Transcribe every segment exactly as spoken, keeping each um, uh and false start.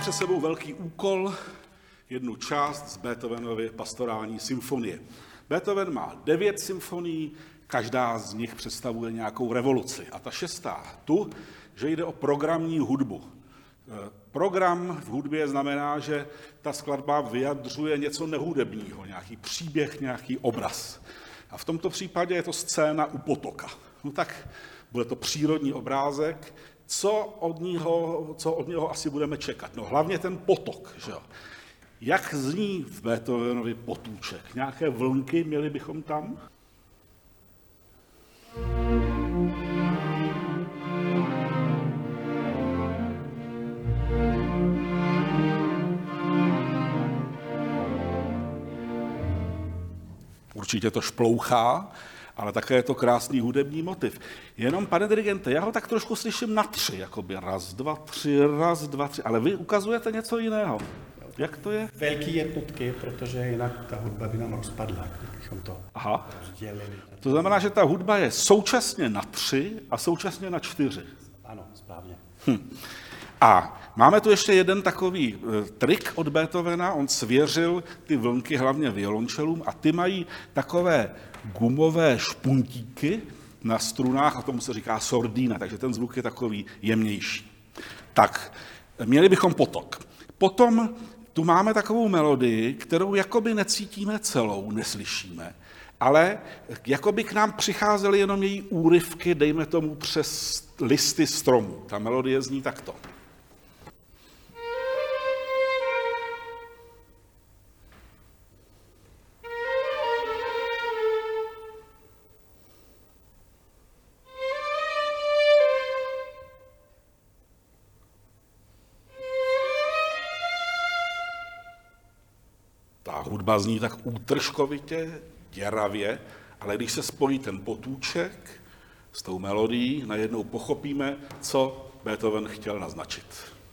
před sebou velký úkol, jednu část z Beethovenovy pastorální symfonie. Beethoven má devět symfonií, každá z nich představuje nějakou revoluci. A ta šestá tu, že jde o programní hudbu. Program v hudbě znamená, že ta skladba vyjadřuje něco nehudebního, nějaký příběh, nějaký obraz. A v tomto případě je to scéna u potoka. No tak bude to přírodní obrázek, co od něho, co od něho asi budeme čekat. No hlavně ten potok, že jo. Jak zní v Beethovenovi potůček? Nějaké vlnky měli bychom tam? Určitě to šplouchá, ale také je to krásný hudební motiv. Jenom, pane dirigente, já ho tak trošku slyším na tři, jakoby raz, dva, tři, raz, dva, tři, ale vy ukazujete něco jiného. Jak to je? Velký jednotky, protože jinak ta hudba by nám rozpadla, kdybychom to Aha. rozdělili. To znamená, že ta hudba je současně na tři a současně na čtyři. Ano, správně. Hm. A máme tu ještě jeden takový e, trik od Beethovena, on svěřil ty vlnky hlavně violončelům a ty mají takové gumové špuntíky na strunách a tomu se říká sordína, takže ten zvuk je takový jemnější. Tak, měli bychom potok. Potom tu máme takovou melodii, kterou jakoby necítíme celou, neslyšíme, ale jakoby k nám přicházely jenom její úryvky, dejme tomu přes listy stromů. Ta melodie zní takto. Ta hudba zní tak útržkovitě, děravě, ale když se spojí ten potůček s tou melodií, najednou pochopíme, co Beethoven chtěl naznačit.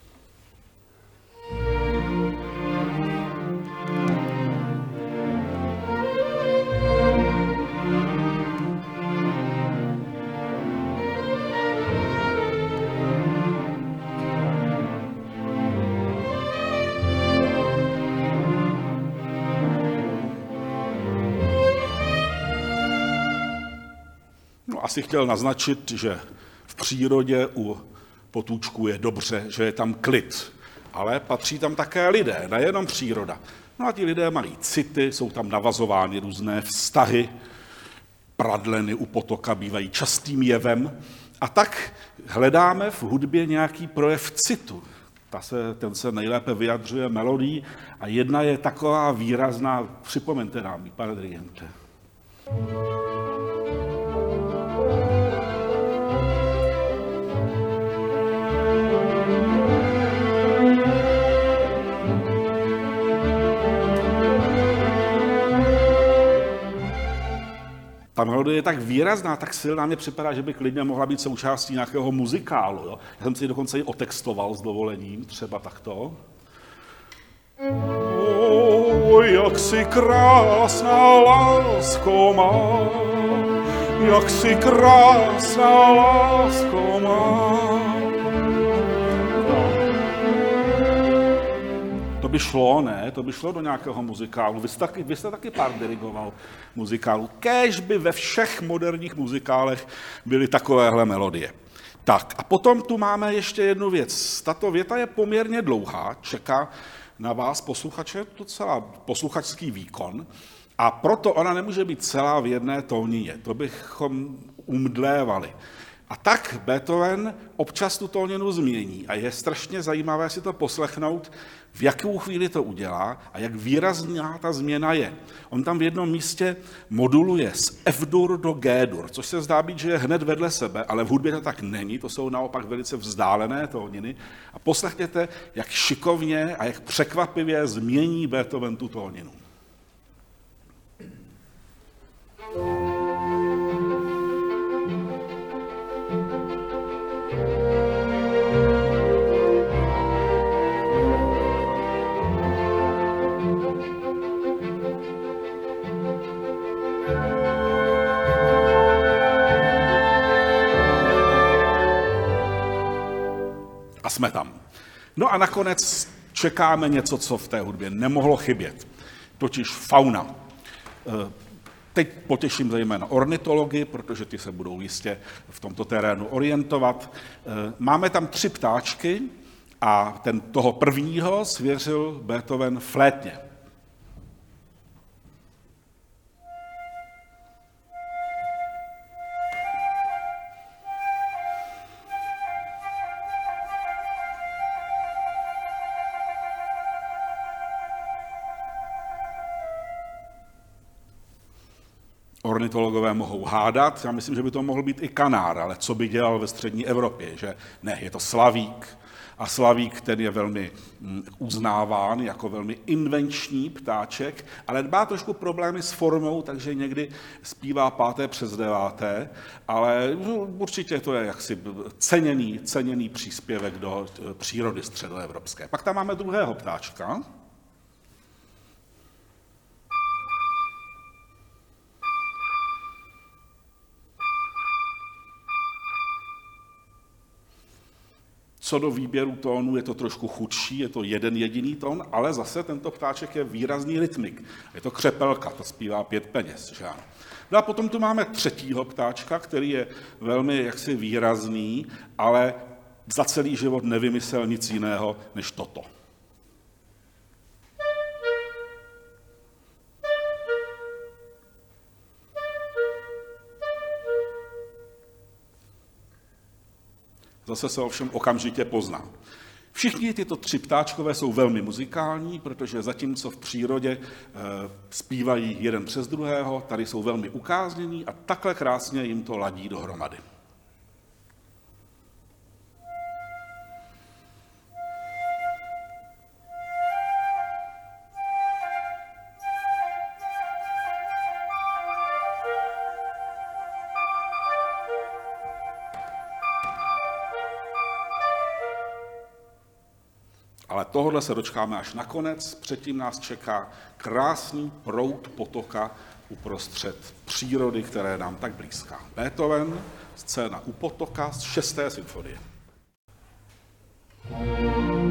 Asi chtěl naznačit, že v přírodě u potůčků je dobře, že je tam klid, ale patří tam také lidé, nejenom příroda. No a ti lidé mají city, jsou tam navazovány různé vztahy, pradleny u potoka bývají častým jevem a tak hledáme v hudbě nějaký projev citu. Ta se, ten se nejlépe vyjadřuje melodií a jedna je taková výrazná, připomeňte nám, pane dirigente. Ta melodie je tak výrazná, tak silná, mně připadá, že by klidně mohla být součástí nějakého muzikálu. Jo? Já jsem si dokonce i otextoval s dovolením, třeba takto. O, jak si krásná lásko má, jak si krásná lásko má. To by šlo, ne? To by šlo do nějakého muzikálu. Vy jste taky, vy jste taky pár dirigoval muzikálu. Kéž by ve všech moderních muzikálech byly takovéhle melodie. Tak a potom tu máme ještě jednu věc. Tato věta je poměrně dlouhá, čeká na vás, posluchače, docela posluchačský výkon a proto ona nemůže být celá v jedné tónině. To bychom umdlévali. A tak Beethoven občas tu tóninu změní a je strašně zajímavé si to poslechnout, v jakou chvíli to udělá a jak výrazná ta změna je. On tam v jednom místě moduluje z F-dur do G-dur, což se zdá být, že je hned vedle sebe, ale v hudbě to tak není, to jsou naopak velice vzdálené tóniny. A poslechněte, jak šikovně a jak překvapivě změní Beethoven tu tóninu. A jsme tam. No a nakonec čekáme něco, co v té hudbě nemohlo chybět, totiž fauna. Teď potěším zejména ornitology, protože ty se budou jistě v tomto terénu orientovat. Máme tam tři ptáčky a ten toho prvního svěřil Beethoven flétně. Ornitologové mohou hádat, já myslím, že by to mohl být i kanár, ale co by dělal ve střední Evropě, že ne, je to slavík a slavík, ten je velmi uznáván jako velmi invenční ptáček, ale dbá trošku problémy s formou, takže někdy zpívá páté přes deváté, ale určitě to je jaksi ceněný, ceněný příspěvek do přírody středoevropské. Pak tam máme druhého ptáčka. Co do výběru tónů je to trošku chudší, je to jeden jediný tón, ale zase tento ptáček je výrazný rytmik. Je to křepelka, to zpívá pět peněz, že ano. No a potom tu máme třetího ptáčka, který je velmi jaksi výrazný, ale za celý život nevymyslel nic jiného než toto. Zase se ovšem okamžitě pozná. Všichni tyto tři ptáčkové jsou velmi muzikální, protože zatímco v přírodě e, zpívají jeden přes druhého, tady jsou velmi ukáznění a takhle krásně jim to ladí dohromady. Ale tohle se dočkáme až nakonec, předtím nás čeká krásný proud potoka uprostřed přírody, která je nám tak blízká. Beethoven, scéna u potoka z šesté symfonie.